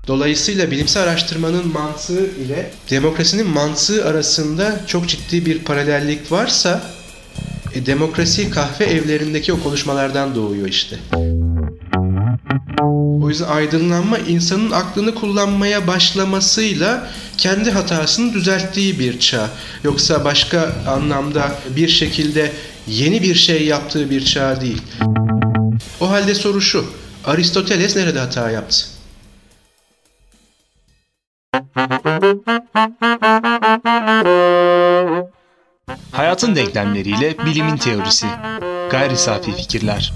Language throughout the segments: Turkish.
Dolayısıyla bilimsel araştırmanın mantığı ile demokrasinin mantığı arasında çok ciddi bir paralellik varsa demokrasi kahve evlerindeki o konuşmalardan doğuyor işte. O yüzden aydınlanma insanın aklını kullanmaya başlamasıyla kendi hatasını düzelttiği bir çağ. Yoksa başka anlamda bir şekilde yeni bir şey yaptığı bir çağ değil. O halde soru şu: Aristoteles nerede hata yaptı? Hayatın denklemleriyle bilimin teorisi. Gayri safi fikirler.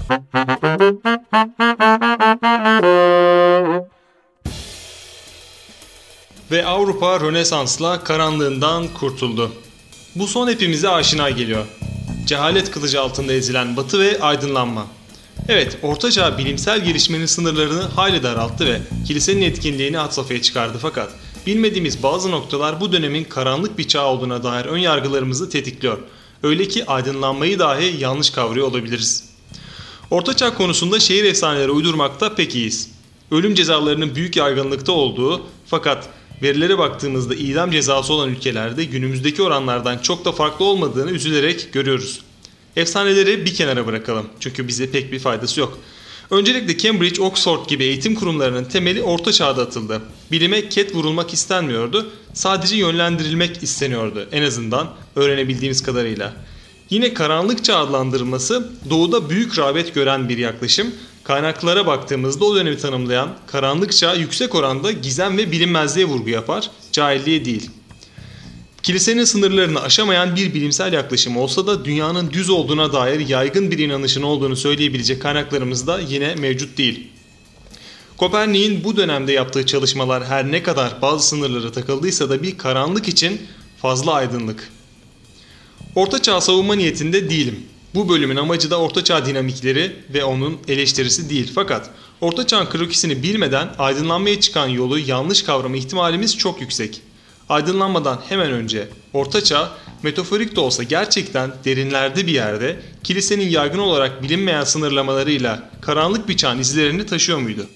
Ve Avrupa Rönesans'la karanlığından kurtuldu. Bu son hepimize aşina geliyor. Cehalet kılıcı altında ezilen Batı ve aydınlanma. Evet, Ortaçağ bilimsel gelişmenin sınırlarını hayli daralttı ve kilisenin etkinliğini had safhaya çıkardı, fakat bilmediğimiz bazı noktalar bu dönemin karanlık bir çağ olduğuna dair ön yargılarımızı tetikliyor. Öyle ki aydınlanmayı dahi yanlış kavruyor olabiliriz. Ortaçağ konusunda şehir efsaneleri uydurmakta pek iyiyiz. Ölüm cezalarının büyük yaygınlıkta olduğu, fakat verilere baktığımızda idam cezası olan ülkelerde günümüzdeki oranlardan çok da farklı olmadığını üzülerek görüyoruz. Efsaneleri bir kenara bırakalım çünkü bize pek bir faydası yok. Öncelikle Cambridge, Oxford gibi eğitim kurumlarının temeli Orta Çağ'da atıldı. Bilime ket vurulmak istenmiyordu, sadece yönlendirilmek isteniyordu, en azından öğrenebildiğimiz kadarıyla. Yine karanlık çağ adlandırılması doğuda büyük rağbet gören bir yaklaşım. Kaynaklara baktığımızda o dönemi tanımlayan karanlık çağ yüksek oranda gizem ve bilinmezliğe vurgu yapar, cahilliğe değil. Kilisenin sınırlarını aşamayan bir bilimsel yaklaşım olsa da dünyanın düz olduğuna dair yaygın bir inanışın olduğunu söyleyebilecek kaynaklarımız da yine mevcut değil. Kopernik'in bu dönemde yaptığı çalışmalar her ne kadar bazı sınırlara takıldıysa da bir karanlık için fazla aydınlık. Orta Çağ savunma niyetinde değilim. Bu bölümün amacı da Orta Çağ dinamikleri ve onun eleştirisi değil. Fakat Orta Çağ'ın krokisini bilmeden aydınlanmaya çıkan yolu yanlış kavrama ihtimalimiz çok yüksek. Aydınlanmadan hemen önce Orta Çağ metaforik de olsa gerçekten derinlerde bir yerde kilisenin yaygın olarak bilinmeyen sınırlamalarıyla karanlık bir çağın izlerini taşıyor muydu?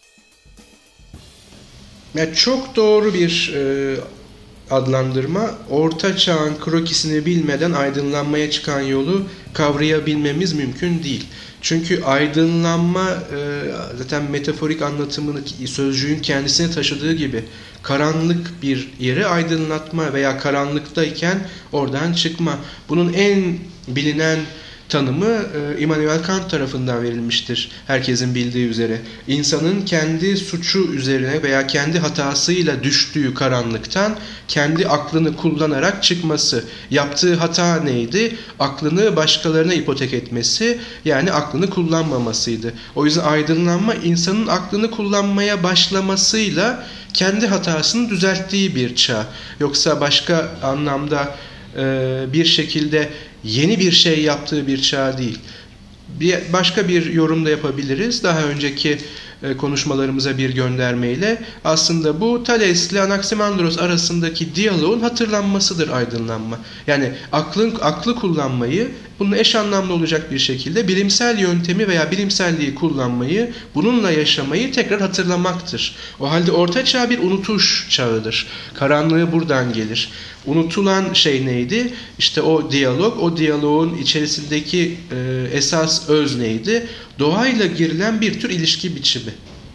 Yani çok doğru bir adlandırma. Orta Çağ'ın krokisini bilmeden aydınlanmaya çıkan yolu kavrayabilmemiz mümkün değil. Çünkü aydınlanma zaten metaforik anlatımını sözcüğün kendisine taşıdığı gibi karanlık bir yeri aydınlatma veya karanlıktayken oradan çıkma. Bunun en bilinen tanımı Immanuel Kant tarafından verilmiştir. Herkesin bildiği üzere. İnsanın kendi suçu üzerine veya kendi hatasıyla düştüğü karanlıktan kendi aklını kullanarak çıkması. Yaptığı hata neydi? Aklını başkalarına ipotek etmesi, yani aklını kullanmamasıydı. O yüzden aydınlanma insanın aklını kullanmaya başlamasıyla kendi hatasını düzelttiği bir çağ. Yoksa başka anlamda bir şekilde yeni bir şey yaptığı bir çağ değil. Başka bir yorum da yapabiliriz. Daha önceki konuşmalarımıza bir göndermeyle. Aslında bu Thales ile Anaximandros arasındaki diyaloğun hatırlanmasıdır aydınlanma. Yani aklı kullanmayı, bunun eş anlamlı olacak bir şekilde bilimsel yöntemi veya bilimselliği kullanmayı, bununla yaşamayı tekrar hatırlamaktır. O halde Orta Çağ bir unutuş çağıdır. Karanlığı buradan gelir. Unutulan şey neydi? İşte o diyalog, o diyaloğun içerisindeki esas öz neydi? Doğayla girilen bir tür ilişki biçimi.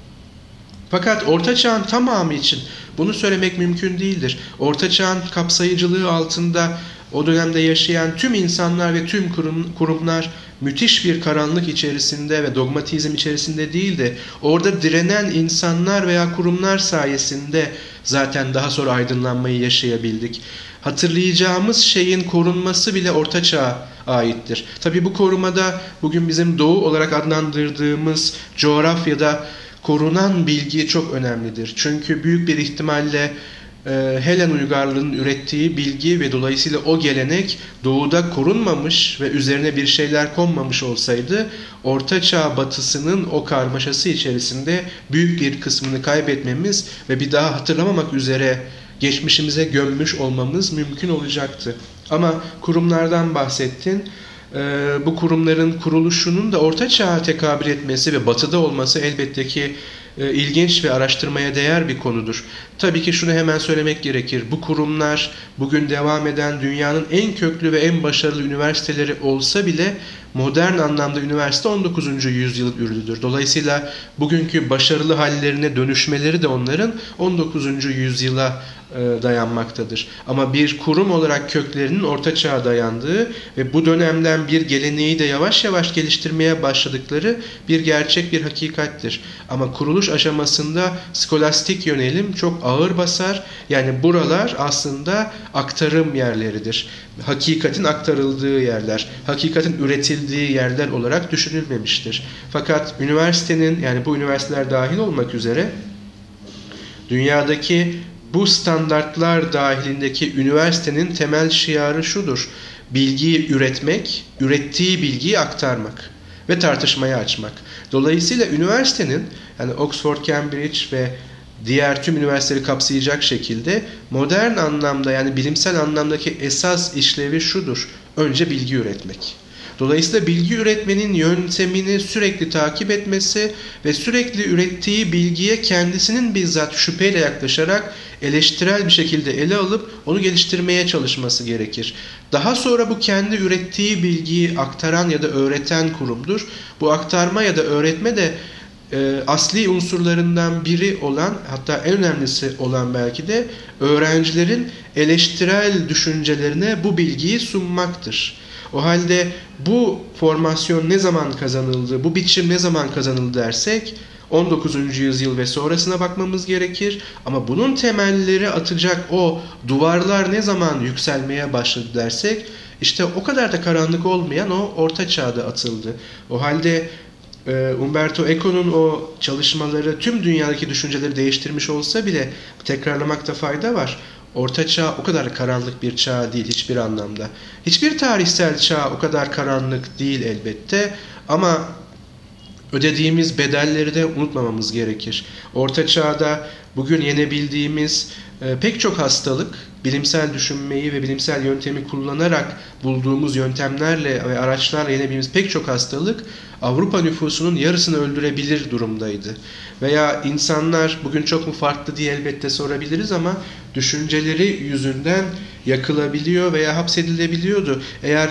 Fakat Orta Çağ'ın tamamı için bunu söylemek mümkün değildir. Orta Çağ'ın kapsayıcılığı altında o dönemde yaşayan tüm insanlar ve tüm kurumlar müthiş bir karanlık içerisinde ve dogmatizm içerisinde değildi. Orada direnen insanlar veya kurumlar sayesinde zaten daha sonra aydınlanmayı yaşayabildik. Hatırlayacağımız şeyin korunması bile Orta Çağ'a aittir. Tabii bu korumada bugün bizim Doğu olarak adlandırdığımız coğrafyada korunan bilgi çok önemlidir. Çünkü büyük bir ihtimalle Helen uygarlığının ürettiği bilgi ve dolayısıyla o gelenek Doğu'da korunmamış ve üzerine bir şeyler konmamış olsaydı Orta Çağ batısının o karmaşası içerisinde büyük bir kısmını kaybetmemiz ve bir daha hatırlamamak üzere geçmişimize gömmüş olmamız mümkün olacaktı. Ama kurumlardan bahsettin. bu kurumların kuruluşunun da Orta Çağ'a tekabül etmesi ve Batı'da olması elbette ki ilginç ve araştırmaya değer bir konudur. Tabii ki şunu hemen söylemek gerekir. Bu kurumlar bugün devam eden dünyanın en köklü ve en başarılı üniversiteleri olsa bile modern anlamda üniversite 19. yüzyılın ürünüdür. Dolayısıyla bugünkü başarılı hallerine dönüşmeleri de onların 19. yüzyıla dayanmaktadır. Ama bir kurum olarak köklerinin Orta Çağ'a dayandığı ve bu dönemden bir geleneği de yavaş yavaş geliştirmeye başladıkları bir gerçek, bir hakikattir. Ama kuruluş aşamasında skolastik yönelim çok ağır basar. Yani buralar aslında aktarım yerleridir. Hakikatin aktarıldığı yerler, hakikatin üretildiği yerler olarak düşünülmemiştir. Fakat üniversitenin, yani bu üniversiteler dahil olmak üzere dünyadaki bu standartlar dahilindeki üniversitenin temel şiarı şudur: bilgiyi üretmek, ürettiği bilgiyi aktarmak ve tartışmaya açmak. Dolayısıyla üniversitenin, yani Oxford, Cambridge ve diğer tüm üniversiteleri kapsayacak şekilde modern anlamda, yani bilimsel anlamdaki esas işlevi şudur: önce bilgi üretmek. Dolayısıyla bilgi üretmenin yöntemini sürekli takip etmesi ve sürekli ürettiği bilgiye kendisinin bizzat şüpheyle yaklaşarak eleştirel bir şekilde ele alıp onu geliştirmeye çalışması gerekir. Daha sonra bu kendi ürettiği bilgiyi aktaran ya da öğreten kurumdur. Bu aktarma ya da öğretme de asli unsurlarından biri olan, hatta en önemlisi olan belki de öğrencilerin eleştirel düşüncelerine bu bilgiyi sunmaktır. O halde bu formasyon ne zaman kazanıldı, bu biçim ne zaman kazanıldı dersek 19. yüzyıl ve sonrasına bakmamız gerekir. Ama bunun temelleri atacak o duvarlar ne zaman yükselmeye başladı dersek işte o kadar da karanlık olmayan o Orta Çağ'da atıldı. O halde Umberto Eco'nun o çalışmaları tüm dünyadaki düşünceleri değiştirmiş olsa bile tekrarlamakta fayda var. Orta Çağ o kadar karanlık bir çağ değil hiçbir anlamda. Hiçbir tarihsel çağ o kadar karanlık değil elbette, ama ödediğimiz bedelleri de unutmamamız gerekir. Orta Çağ'da bugün yenebildiğimiz pek çok hastalık, bilimsel düşünmeyi ve bilimsel yöntemi kullanarak bulduğumuz yöntemlerle ve araçlarla yenebildiğimiz pek çok hastalık Avrupa nüfusunun yarısını öldürebilir durumdaydı. Veya insanlar bugün çok mu farklı diye elbette sorabiliriz, ama düşünceleri yüzünden yakılabiliyor veya hapsedilebiliyordu. Eğer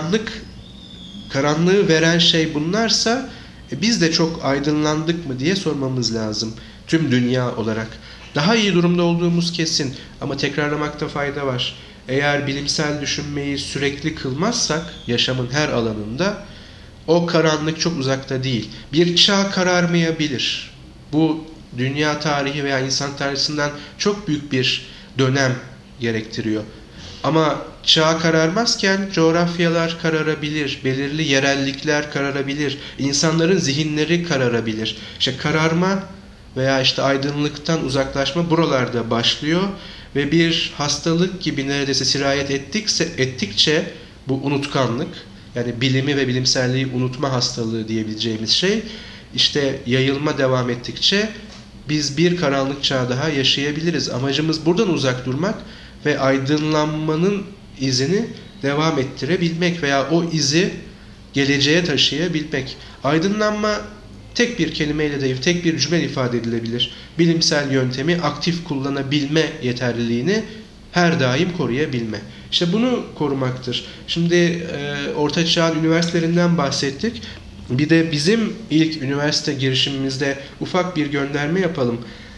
karanlığı veren şey bunlarsa biz de çok aydınlandık mı diye sormamız lazım tüm dünya olarak. Daha iyi durumda olduğumuz kesin, ama tekrarlamakta fayda var. Eğer bilimsel düşünmeyi sürekli kılmazsak yaşamın her alanında o karanlık çok uzakta değil. Bir çağ kararmayabilir. Bu dünya tarihi veya insan tarihinden çok büyük bir dönem gerektiriyor. Ama çağ kararmazken coğrafyalar kararabilir, belirli yerellikler kararabilir, insanların zihinleri kararabilir. İşte kararma veya işte aydınlıktan uzaklaşma buralarda başlıyor ve bir hastalık gibi neredeyse sirayet ettikçe bu unutkanlık, yani bilimi ve bilimselliği unutma hastalığı diyebileceğimiz şey, işte yayılma devam ettikçe biz bir karanlık çağ daha yaşayabiliriz. Amacımız buradan uzak durmak ve aydınlanmanın izini devam ettirebilmek veya o izi geleceğe taşıyabilmek. Aydınlanma tek bir kelimeyle değil, tek bir cümle ifade edilebilir. Bilimsel yöntemi aktif kullanabilme yeterliliğini her daim koruyabilme. İşte bunu korumaktır. Şimdi Orta Çağ üniversitelerinden bahsettik. Bir de bizim ilk üniversite girişimimizde ufak bir gönderme yapalım.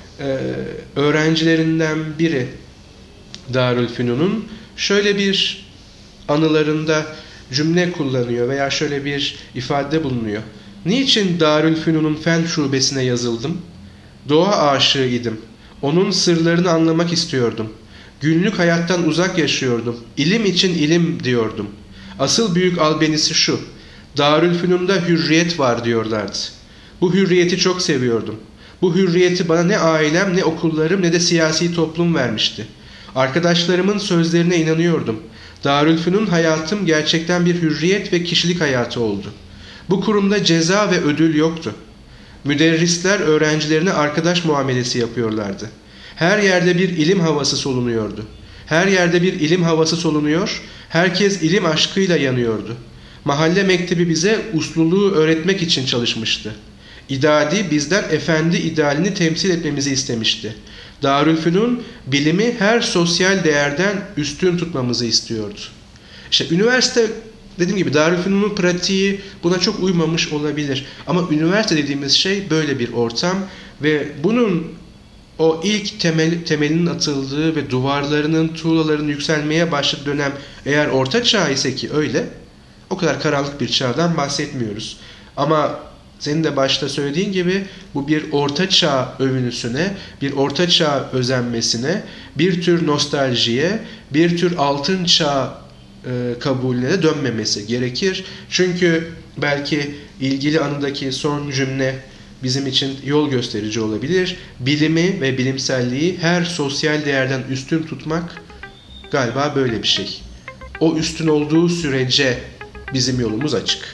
Öğrencilerinden biri Darülfünun'un şöyle bir anılarında cümle kullanıyor veya şöyle bir ifade bulunuyor. Niçin Darülfünun'un fen şubesine yazıldım? Doğa aşığı idim. Onun sırlarını anlamak istiyordum. Günlük hayattan uzak yaşıyordum. İlim için ilim diyordum. Asıl büyük albenisi şu: Darülfünun'da hürriyet var diyorlardı. Bu hürriyeti çok seviyordum. Bu hürriyeti bana ne ailem, ne okullarım, ne de siyasi toplum vermişti. Arkadaşlarımın sözlerine inanıyordum. Darülfünun hayatım gerçekten bir hürriyet ve kişilik hayatı oldu. Bu kurumda ceza ve ödül yoktu. Müderrisler öğrencilerine arkadaş muamelesi yapıyorlardı. Her yerde bir ilim havası solunuyordu. Her yerde bir ilim havası solunuyor, herkes ilim aşkıyla yanıyordu. Mahalle mektebi bize usluluğu öğretmek için çalışmıştı. İdadi bizden efendi idealini temsil etmemizi istemişti. Darülfünun bilimi her sosyal değerden üstün tutmamızı istiyordu. İşte üniversite, dediğim gibi Darülfünun'un pratiği buna çok uymamış olabilir. Ama üniversite dediğimiz şey böyle bir ortam ve bunun o ilk temelinin atıldığı ve duvarlarının, tuğlaların yükselmeye başladığı dönem eğer orta çağ ise ki öyle, o kadar karanlık bir çağdan bahsetmiyoruz. Ama senin de başta söylediğin gibi bu bir orta çağ övünüsüne, bir orta çağ özenmesine, bir tür nostaljiye, bir tür altın çağ kabulüne de dönmemesi gerekir. Çünkü belki ilgili anıdaki son cümle bizim için yol gösterici olabilir. Bilimi ve bilimselliği her sosyal değerden üstün tutmak galiba böyle bir şey. O üstün olduğu sürece bizim yolumuz açık.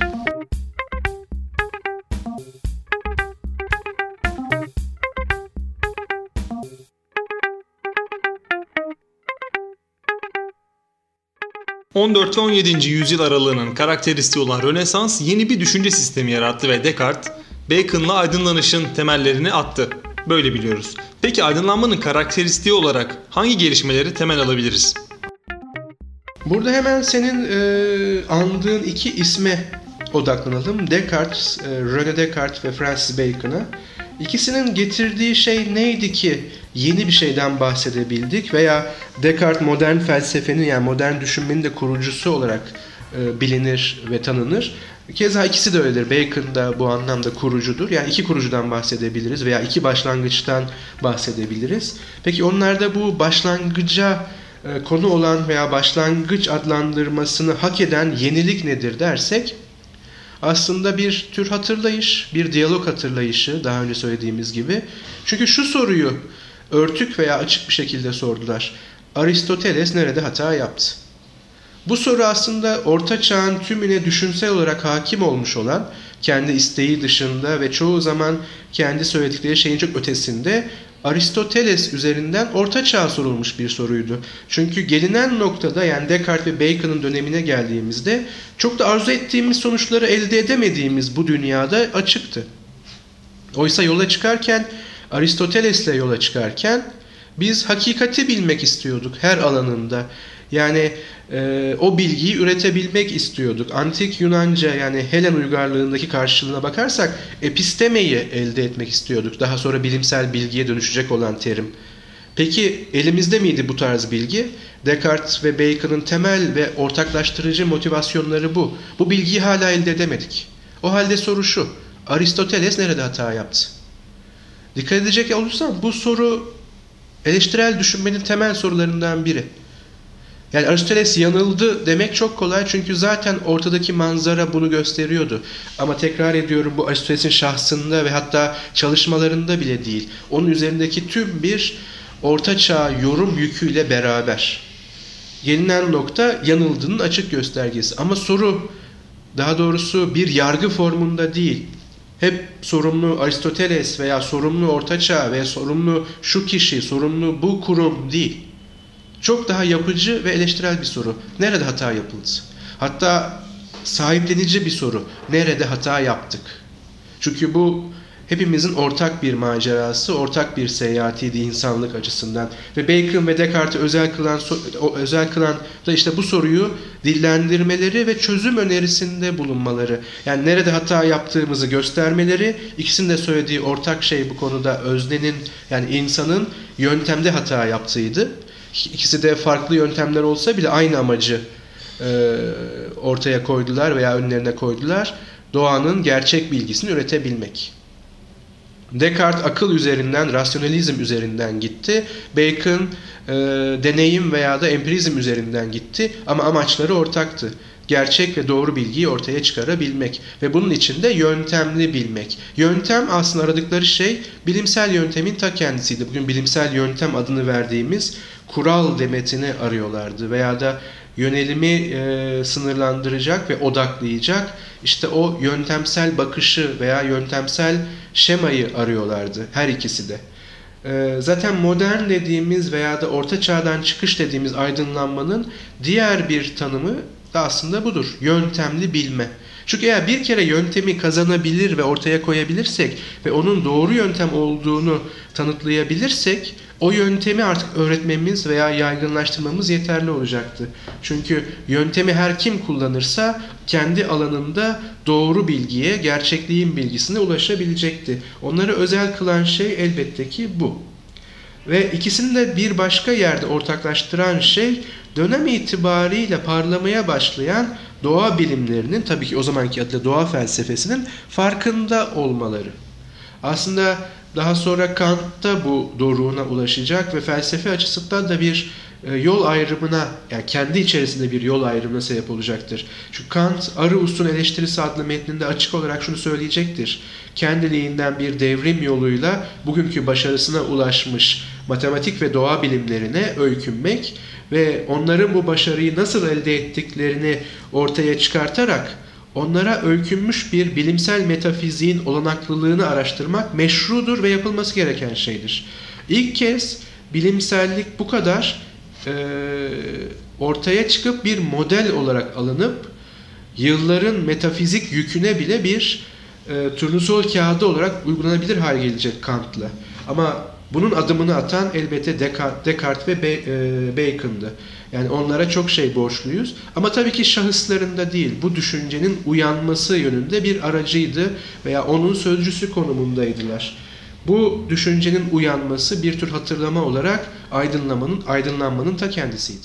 ...14 ve 17. yüzyıl aralığının karakteristiği olan Rönesans yeni bir düşünce sistemi yarattı ve Descartes, Bacon'la aydınlanışın temellerini attı. Böyle biliyoruz. Peki aydınlanmanın karakteristiği olarak hangi gelişmeleri temel alabiliriz? Burada hemen senin andığın iki isme odaklanalım. Descartes, René Descartes ve Francis Bacon'a. İkisinin getirdiği şey neydi ki yeni bir şeyden bahsedebildik veya Descartes modern felsefenin, yani modern düşünmenin de kurucusu olarak bilinir ve tanınır. Keza ikisi de öyledir. Bacon da bu anlamda kurucudur. Yani iki kurucudan bahsedebiliriz veya iki başlangıçtan bahsedebiliriz. Peki onlarda bu başlangıca konu olan veya başlangıç adlandırmasını hak eden yenilik nedir dersek, aslında bir tür hatırlayış, bir diyalog hatırlayışı, daha önce söylediğimiz gibi. Çünkü şu soruyu örtük veya açık bir şekilde sordular. Aristoteles nerede hata yaptı? Bu soru aslında Orta Çağ'ın tümüne düşünsel olarak hakim olmuş olan, kendi isteği dışında ve çoğu zaman kendi söyledikleri şeyin çok ötesinde Aristoteles üzerinden Orta Çağ'a sorulmuş bir soruydu. Çünkü gelinen noktada, yani Descartes ve Bacon'ın dönemine geldiğimizde çok da arzu ettiğimiz sonuçları elde edemediğimiz bu dünyada açıktı. Oysa yola çıkarken, Aristoteles'le yola çıkarken biz hakikati bilmek istiyorduk her alanında. Yani o bilgiyi üretebilmek istiyorduk. Antik Yunanca, yani Helen uygarlığındaki karşılığına bakarsak epistemeyi elde etmek istiyorduk. Daha sonra bilimsel bilgiye dönüşecek olan terim. Peki elimizde miydi bu tarz bilgi? Descartes ve Bacon'ın temel ve ortaklaştırıcı motivasyonları bu. Bu bilgiyi hala elde edemedik. O halde soru şu: Aristoteles nerede hata yaptı? Dikkat edecek olursam bu soru eleştirel düşünmenin temel sorularından biri. Yani Aristoteles yanıldı demek çok kolay, çünkü zaten ortadaki manzara bunu gösteriyordu. Ama tekrar ediyorum, bu Aristoteles'in şahsında ve hatta çalışmalarında bile değil. Onun üzerindeki tüm bir Orta Çağ yorum yüküyle beraber. Gelinen nokta yanıldığının açık göstergesi. Ama soru, daha doğrusu bir yargı formunda değil. Hep sorumlu Aristoteles veya sorumlu Orta Çağ veya sorumlu şu kişi, sorumlu bu kurum değil. Çok daha yapıcı ve eleştirel bir soru. Nerede hata yapıldı? Hatta sahiplenici bir soru. Nerede hata yaptık? Çünkü bu hepimizin ortak bir macerası, ortak bir seyahatiydi insanlık açısından. Ve Bacon ve Descartes'i özel kılan da işte bu soruyu dillendirmeleri ve çözüm önerisinde bulunmaları. Yani nerede hata yaptığımızı göstermeleri, ikisinin de söylediği ortak şey bu konuda öznenin, yani insanın yöntemde hata yaptığıydı. İkisi de farklı yöntemler olsa bile aynı amacı ortaya koydular veya önlerine koydular. Doğanın gerçek bilgisini üretebilmek. Descartes akıl üzerinden, rasyonalizm üzerinden gitti. Bacon deneyim veya da empirizm üzerinden gitti. Ama amaçları ortaktı. Gerçek ve doğru bilgiyi ortaya çıkarabilmek. Ve bunun için de yöntemli bilmek. Yöntem, aslında aradıkları şey bilimsel yöntemin ta kendisiydi. Bugün bilimsel yöntem adını verdiğimiz kural demetini arıyorlardı. Veya da yönelimi sınırlandıracak ve odaklayacak işte o yöntemsel bakışı veya yöntemsel şemayı arıyorlardı her ikisi de. Zaten modern dediğimiz veya da orta çağdan çıkış dediğimiz aydınlanmanın diğer bir tanımı da aslında budur. Yöntemli bilme. Çünkü eğer bir kere yöntemi kazanabilir ve ortaya koyabilirsek ve onun doğru yöntem olduğunu kanıtlayabilirsek o yöntemi artık öğretmemiz veya yaygınlaştırmamız yeterli olacaktı. Çünkü yöntemi her kim kullanırsa kendi alanında doğru bilgiye, gerçekliğin bilgisine ulaşabilecekti. Onları özel kılan şey elbette ki bu. Ve ikisini de bir başka yerde ortaklaştıran şey dönem itibariyle parlamaya başlayan doğa bilimlerinin, tabii ki o zamanki adıyla doğa felsefesinin farkında olmaları. Aslında daha sonra Kant da bu doruğuna ulaşacak ve felsefe açısından da bir yol ayrımına, yani kendi içerisinde bir yol ayrımına sebep olacaktır. Çünkü Kant Arrhus'un Eleştirisi adlı metninde açık olarak şunu söyleyecektir. Kendiliğinden bir devrim yoluyla bugünkü başarısına ulaşmış matematik ve doğa bilimlerine öykünmek ve onların bu başarıyı nasıl elde ettiklerini ortaya çıkartarak onlara öykünmüş bir bilimsel metafiziğin olanaklılığını araştırmak meşrudur ve yapılması gereken şeydir. İlk kez bilimsellik bu kadar ortaya çıkıp bir model olarak alınıp yılların metafizik yüküne bile bir turnusol kağıdı olarak uygulanabilir hale gelecek Kant'la. Ama bunun adımını atan elbette Descartes ve Bacon'dı. Yani onlara çok şey borçluyuz. Ama tabii ki şahıslarında değil, bu düşüncenin uyanması yönünde bir aracıydı veya onun sözcüsü konumundaydılar. Bu düşüncenin uyanması bir tür hatırlama olarak aydınlanmanın ta kendisiydi.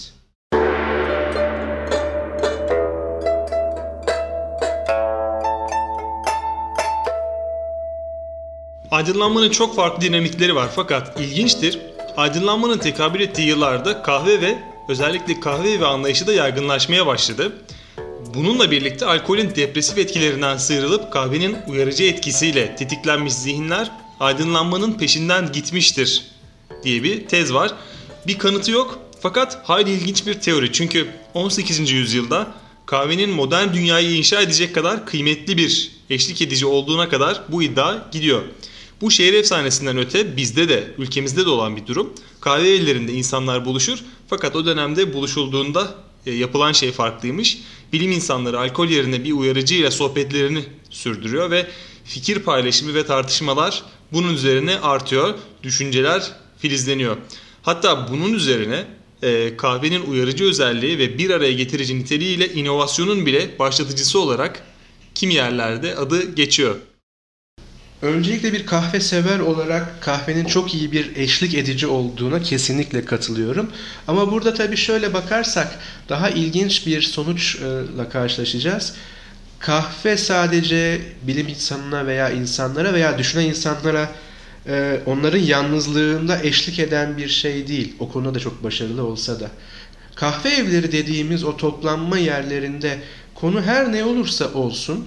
Aydınlanmanın çok farklı dinamikleri var fakat ilginçtir. Aydınlanmanın tekabül ettiği yıllarda kahve ve özellikle kahve ve anlayışı da yaygınlaşmaya başladı. Bununla birlikte alkolün depresif etkilerinden sıyrılıp kahvenin uyarıcı etkisiyle tetiklenmiş zihinler aydınlanmanın peşinden gitmiştir diye bir tez var. Bir kanıtı yok fakat hayli ilginç bir teori. Çünkü 18. yüzyılda kahvenin modern dünyayı inşa edecek kadar kıymetli bir eşlik edici olduğuna kadar bu iddia gidiyor. Bu şehir efsanesinden öte bizde de, ülkemizde de olan bir durum. Kahve evlerinde insanlar buluşur fakat o dönemde buluşulduğunda yapılan şey farklıymış. Bilim insanları alkol yerine bir uyarıcıyla sohbetlerini sürdürüyor ve fikir paylaşımı ve tartışmalar bunun üzerine artıyor, düşünceler filizleniyor. Hatta bunun üzerine kahvenin uyarıcı özelliği ve bir araya getirici niteliğiyle inovasyonun bile başlatıcısı olarak kimi yerlerde adı geçiyor. Öncelikle bir kahve sever olarak kahvenin çok iyi bir eşlik edici olduğuna kesinlikle katılıyorum. Ama burada tabii şöyle bakarsak daha ilginç bir sonuçla karşılaşacağız. Kahve sadece bilim insanına veya insanlara veya düşünen insanlara onların yalnızlığında eşlik eden bir şey değil. O konuda da çok başarılı olsa da. Kahve evleri dediğimiz o toplanma yerlerinde konu her ne olursa olsun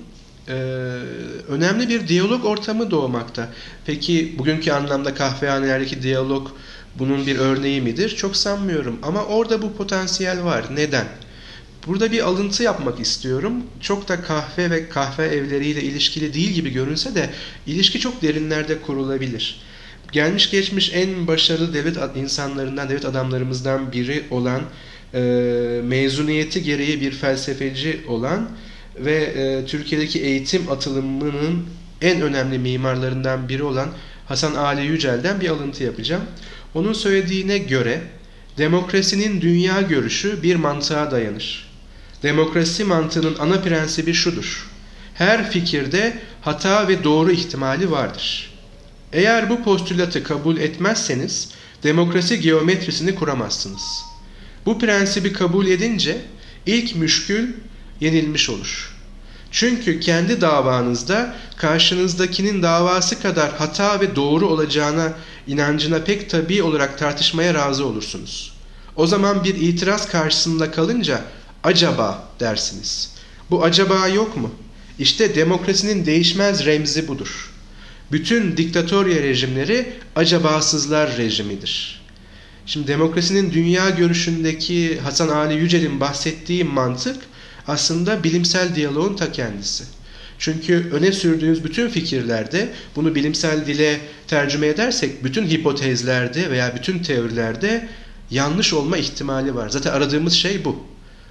önemli bir diyalog ortamı doğmakta. Peki bugünkü anlamda kahvehanelerdeki diyalog bunun bir örneği midir? Çok sanmıyorum ama orada bu potansiyel var. Neden? Burada bir alıntı yapmak istiyorum. Çok da kahve ve kahve evleriyle ilişkili değil gibi görünse de ilişki çok derinlerde kurulabilir. Gelmiş geçmiş en başarılı devlet insanlarından, devlet adamlarımızdan biri olan, mezuniyeti gereği bir felsefeci olan ve Türkiye'deki eğitim atılımının en önemli mimarlarından biri olan Hasan Ali Yücel'den bir alıntı yapacağım. Onun söylediğine göre demokrasinin dünya görüşü bir mantığa dayanır. Demokrasi mantığının ana prensibi şudur: her fikirde hata ve doğru ihtimali vardır. Eğer bu postülatı kabul etmezseniz demokrasi geometrisini kuramazsınız. Bu prensibi kabul edince ilk müşkül yenilmiş olur. Çünkü kendi davanızda karşınızdakinin davası kadar hata ve doğru olacağına inancına pek tabii olarak tartışmaya razı olursunuz. O zaman bir itiraz karşısında kalınca acaba dersiniz. Bu acaba yok mu? İşte demokrasinin değişmez remzi budur. Bütün diktatorya rejimleri acabasızlar rejimidir. Şimdi demokrasinin dünya görüşündeki Hasan Ali Yücel'in bahsettiği mantık aslında bilimsel diyaloğun ta kendisi. Çünkü öne sürdüğünüz bütün fikirlerde, bunu bilimsel dile tercüme edersek, bütün hipotezlerde veya bütün teorilerde yanlış olma ihtimali var. Zaten aradığımız şey bu.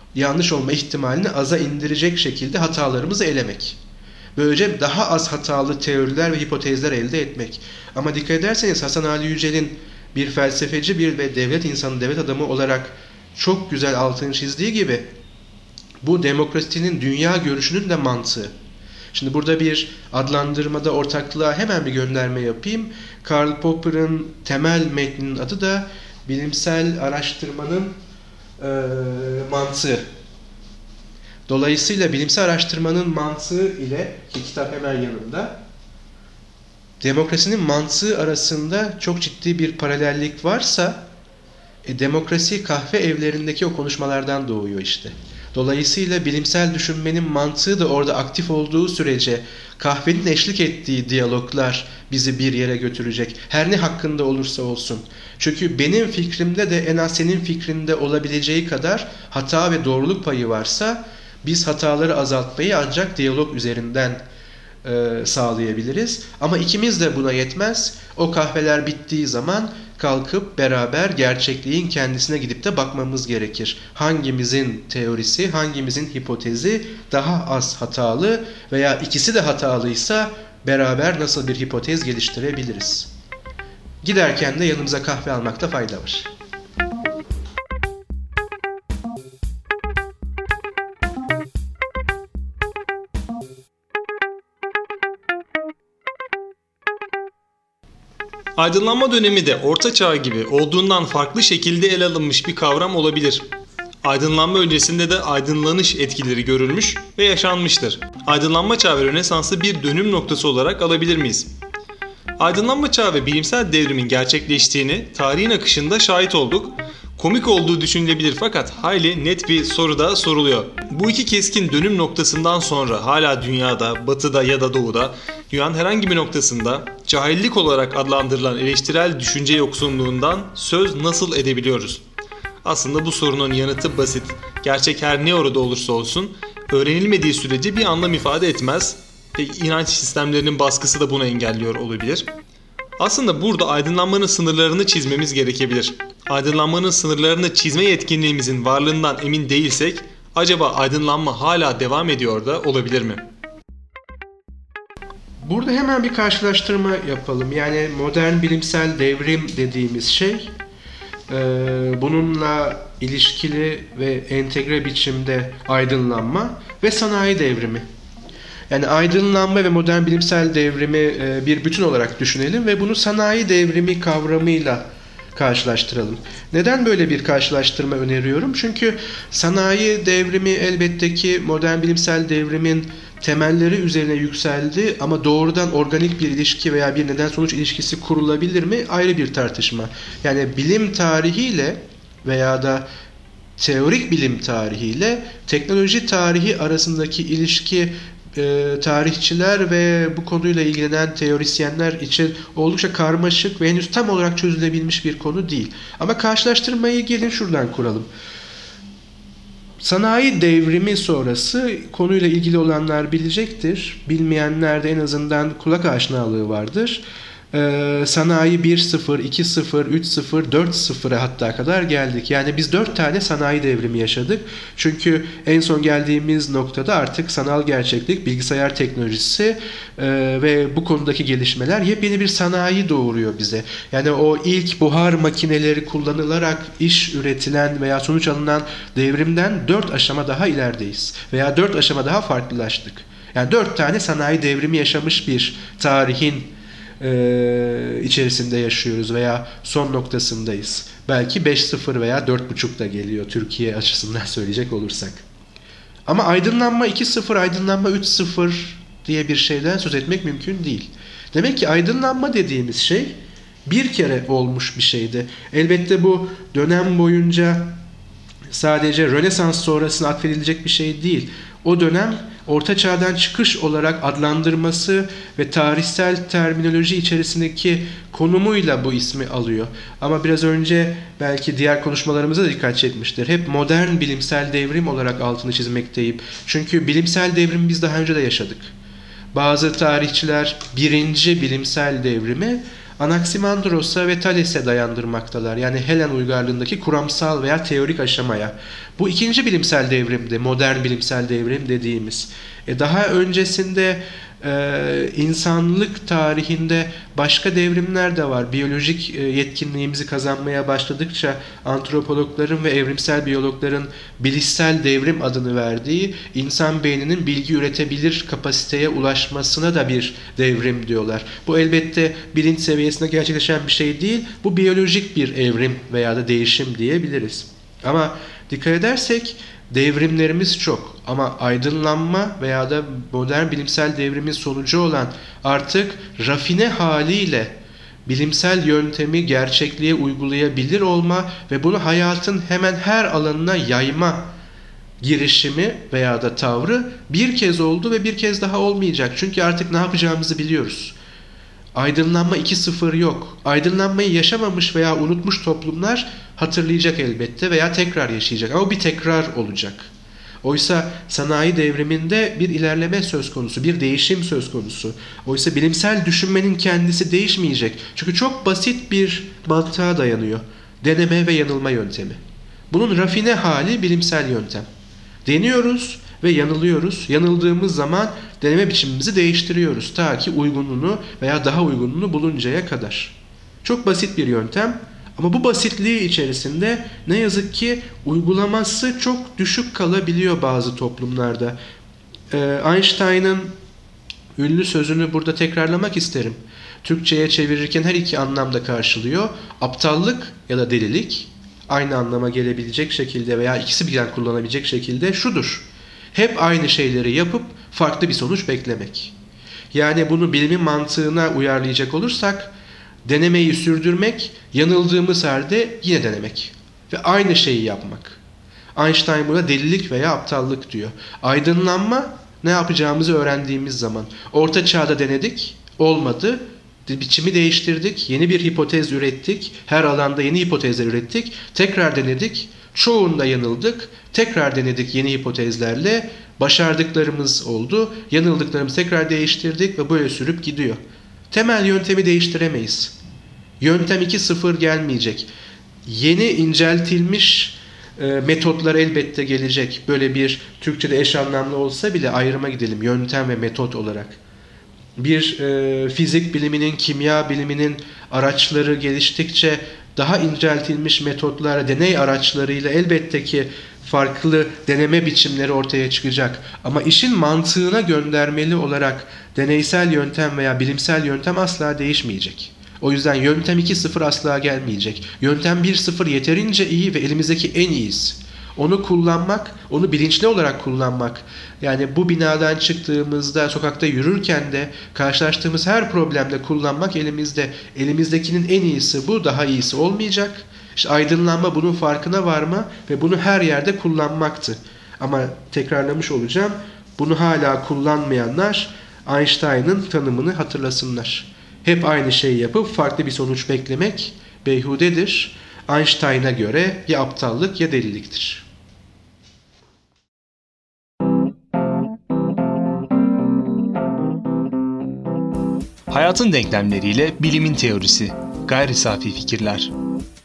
yanlış olma ihtimalini aza indirecek şekilde hatalarımızı elemek. Böylece daha az hatalı teoriler ve hipotezler elde etmek. Ama dikkat ederseniz Hasan Ali Yücel'in bir felsefeci ve devlet insanı, devlet adamı olarak çok güzel altını çizdiği gibi bu demokrasinin dünya görüşünün de mantığı. Şimdi burada bir adlandırmada ortaklığa hemen bir gönderme yapayım. Karl Popper'ın temel metninin adı da bilimsel araştırmanın mantığı. Dolayısıyla bilimsel araştırmanın mantığı ile, ki kitap hemen yanında, demokrasinin mantığı arasında çok ciddi bir paralellik varsa demokrasi kahve evlerindeki o konuşmalardan doğuyor işte. Dolayısıyla bilimsel düşünmenin mantığı da orada aktif olduğu sürece kahvenin eşlik ettiği diyaloglar bizi bir yere götürecek. Her ne hakkında olursa olsun. Çünkü benim fikrimde de en az senin fikrinde olabileceği kadar hata ve doğruluk payı varsa biz hataları azaltmayı ancak diyalog üzerinden sağlayabiliriz. Ama ikimiz de buna yetmez. O kahveler bittiği zaman kalkıp beraber gerçekliğin kendisine gidip de bakmamız gerekir. Hangimizin teorisi, hangimizin hipotezi daha az hatalı veya ikisi de hatalıysa beraber nasıl bir hipotez geliştirebiliriz? Giderken de yanımıza kahve almakta fayda var. Aydınlanma dönemi de Orta Çağ gibi olduğundan farklı şekilde ele alınmış bir kavram olabilir. Aydınlanma öncesinde de aydınlanış etkileri görülmüş ve yaşanmıştır. Aydınlanma çağı ve Rönesans'ı bir dönüm noktası olarak alabilir miyiz? Aydınlanma çağı ve bilimsel devrimin gerçekleştiğini tarihin akışında şahit olduk. Komik olduğu düşünülebilir fakat hayli net bir soru da soruluyor. Bu iki keskin dönüm noktasından sonra hala dünyada, batıda ya da doğuda, dünyanın herhangi bir noktasında cahillik olarak adlandırılan eleştirel düşünce yoksunluğundan söz nasıl edebiliyoruz? Aslında bu sorunun yanıtı basit. Gerçek her ne orada olursa olsun öğrenilmediği sürece bir anlam ifade etmez ve inanç sistemlerinin baskısı da bunu engelliyor olabilir. Aslında burada aydınlanmanın sınırlarını çizmemiz gerekebilir. Aydınlanmanın sınırlarını çizme yetkinliğimizin varlığından emin değilsek, acaba aydınlanma hala devam ediyor da olabilir mi? Burada hemen bir karşılaştırma yapalım. Yani modern bilimsel devrim dediğimiz şey, bununla ilişkili ve entegre biçimde aydınlanma ve sanayi devrimi. Yani aydınlanma ve modern bilimsel devrimi bir bütün olarak düşünelim ve bunu sanayi devrimi kavramıyla karşılaştıralım. Neden böyle bir karşılaştırma öneriyorum? Çünkü sanayi devrimi elbette ki modern bilimsel devrimin temelleri üzerine yükseldi ama doğrudan organik bir ilişki veya bir neden-sonuç ilişkisi kurulabilir mi? Ayrı bir tartışma. Yani bilim tarihiyle veya da teorik bilim tarihiyle teknoloji tarihi arasındaki ilişki tarihçiler ve bu konuyla ilgilenen teorisyenler için oldukça karmaşık ve henüz tam olarak çözülebilmiş bir konu değil. Ama karşılaştırmayı gelin şuradan kuralım. Sanayi devrimi sonrası konuyla ilgili olanlar bilecektir. Bilmeyenler de en azından kulak aşinalığı vardır. Sanayi 1.0, 2.0, 3.0, 4.0'a hatta kadar geldik. Yani biz 4 tane sanayi devrimi yaşadık. Çünkü en son geldiğimiz noktada artık sanal gerçeklik, bilgisayar teknolojisi ve bu konudaki gelişmeler yepyeni bir sanayi doğuruyor bize. Yani o ilk buhar makineleri kullanılarak iş üretilen veya sonuç alınan devrimden 4 aşama daha ilerideyiz. Veya 4 aşama daha farklılaştık. Yani 4 tane sanayi devrimi yaşamış bir tarihin içerisinde yaşıyoruz veya son noktasındayız. Belki 5.0 veya 4.5 da geliyor Türkiye açısından söyleyecek olursak. Ama aydınlanma 2.0, aydınlanma 3.0 diye bir şeyden söz etmek mümkün değil. Demek ki aydınlanma dediğimiz şey bir kere olmuş bir şeydi. Elbette bu dönem boyunca sadece Rönesans sonrasına atfedilecek bir şey değil. O dönem Orta Çağ'dan çıkış olarak adlandırması ve tarihsel terminoloji içerisindeki konumuyla bu ismi alıyor. Ama biraz önce belki diğer konuşmalarımıza da dikkat çekmiştir. Hep modern bilimsel devrim olarak altını çizmekteyim. Çünkü bilimsel devrim biz daha önce de yaşadık. Bazı tarihçiler birinci bilimsel devrimi Anaximandros'a ve Thales'e dayandırmaktalar. Yani Helen uygarlığındaki kuramsal veya teorik aşamaya. Bu ikinci bilimsel devrimdi, modern bilimsel devrim dediğimiz. Daha öncesinde insanlık tarihinde başka devrimler de var. Biyolojik yetkinliğimizi kazanmaya başladıkça antropologların ve evrimsel biyologların bilişsel devrim adını verdiği insan beyninin bilgi üretebilir kapasiteye ulaşmasına da bir devrim diyorlar. Bu elbette bilinç seviyesinde gerçekleşen bir şey değil. Bu biyolojik bir evrim veya da değişim diyebiliriz. Ama dikkat edersek devrimlerimiz çok ama aydınlanma veya da modern bilimsel devrimin sonucu olan artık rafine haliyle bilimsel yöntemi gerçekliğe uygulayabilir olma ve bunu hayatın hemen her alanına yayma girişimi veya da tavrı bir kez oldu ve bir kez daha olmayacak. Çünkü artık ne yapacağımızı biliyoruz. Aydınlanma 2.0 yok. Aydınlanmayı yaşamamış veya unutmuş toplumlar hatırlayacak elbette veya tekrar yaşayacak. Ama bir tekrar olacak. Oysa sanayi devriminde bir ilerleme söz konusu, bir değişim söz konusu. Oysa bilimsel düşünmenin kendisi değişmeyecek. Çünkü çok basit bir mantığa dayanıyor. Deneme ve yanılma yöntemi. Bunun rafine hali bilimsel yöntem. Deniyoruz ve yanılıyoruz. Yanıldığımız zaman deneme biçimimizi değiştiriyoruz. Ta ki uygununu veya daha uygununu buluncaya kadar. Çok basit bir yöntem. Ama bu basitliği içerisinde ne yazık ki uygulaması çok düşük kalabiliyor bazı toplumlarda. Einstein'ın ünlü sözünü burada tekrarlamak isterim. Türkçe'ye çevirirken her iki anlamda karşılıyor. Aptallık ya da delilik aynı anlama gelebilecek şekilde veya ikisi birden kullanabilecek şekilde şudur. Hep aynı şeyleri yapıp farklı bir sonuç beklemek. Yani bunu bilimin mantığına uyarlayacak olursak denemeyi sürdürmek, yanıldığımız halde yine denemek ve aynı şeyi yapmak. Einstein buna delilik veya aptallık diyor. Aydınlanma ne yapacağımızı öğrendiğimiz zaman. Orta çağda denedik, olmadı. Biçimi değiştirdik, yeni bir hipotez ürettik. Her alanda yeni hipotezler ürettik. Tekrar denedik, çoğunda yanıldık. Tekrar denedik yeni hipotezlerle. Başardıklarımız oldu. Yanıldıklarımızı tekrar değiştirdik ve böyle sürüp gidiyor. Temel yöntemi değiştiremeyiz. Yöntem 2.0 gelmeyecek. Yeni inceltilmiş metotlar elbette gelecek. Böyle bir Türkçe'de eş anlamlı olsa bile ayrıma gidelim yöntem ve metot olarak. Bir fizik biliminin, kimya biliminin araçları geliştikçe daha inceltilmiş metotlar, deney araçlarıyla elbette ki farklı deneme biçimleri ortaya çıkacak. Ama işin mantığına göndermeli olarak deneysel yöntem veya bilimsel yöntem asla değişmeyecek. O yüzden yöntem 2.0 asla gelmeyecek. Yöntem 1.0 yeterince iyi ve elimizdeki en iyisi. Onu kullanmak, onu bilinçli olarak kullanmak. Yani bu binadan çıktığımızda, sokakta yürürken de karşılaştığımız her problemde kullanmak elimizde. Elimizdekinin en iyisi bu, daha iyisi olmayacak. İşte aydınlanma bunun farkına varma ve bunu her yerde kullanmaktı. Ama tekrarlamış olacağım, bunu hala kullanmayanlar Einstein'ın tanımını hatırlasınlar. Hep aynı şeyi yapıp farklı bir sonuç beklemek beyhudedir. Einstein'a göre ya aptallık ya deliliktir. Hayatın denklemleriyle bilimin teorisi. Gayri safi fikirler.